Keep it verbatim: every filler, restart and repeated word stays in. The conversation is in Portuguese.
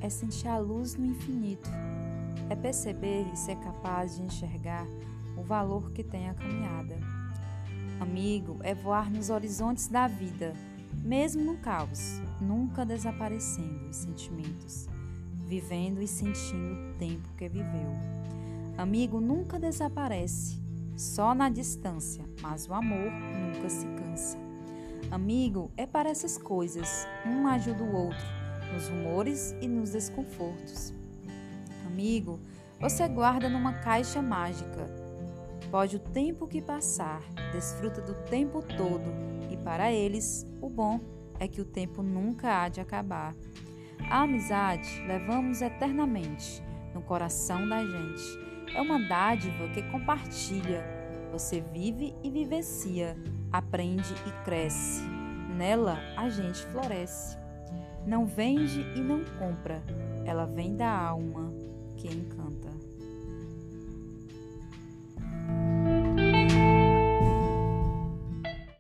é sentir a luz no infinito, é perceber e ser capaz de enxergar o valor que tem a caminhada. Amigo é voar nos horizontes da vida, mesmo no caos, nunca desaparecendo os sentimentos, vivendo e sentindo o tempo que viveu. Amigo nunca desaparece, só na distância, mas o amor nunca se cansa. Amigo é para essas coisas, um ajuda o outro, nos rumores e nos desconfortos. Amigo, você guarda numa caixa mágica. Pode o tempo que passar, desfruta do tempo todo, e para eles, o bom é que o tempo nunca há de acabar. A amizade levamos eternamente no coração da gente. É uma dádiva que compartilha. Você vive e vivencia, aprende e cresce. Nela a gente floresce. Não vende e não compra. Ela vem da alma que encanta.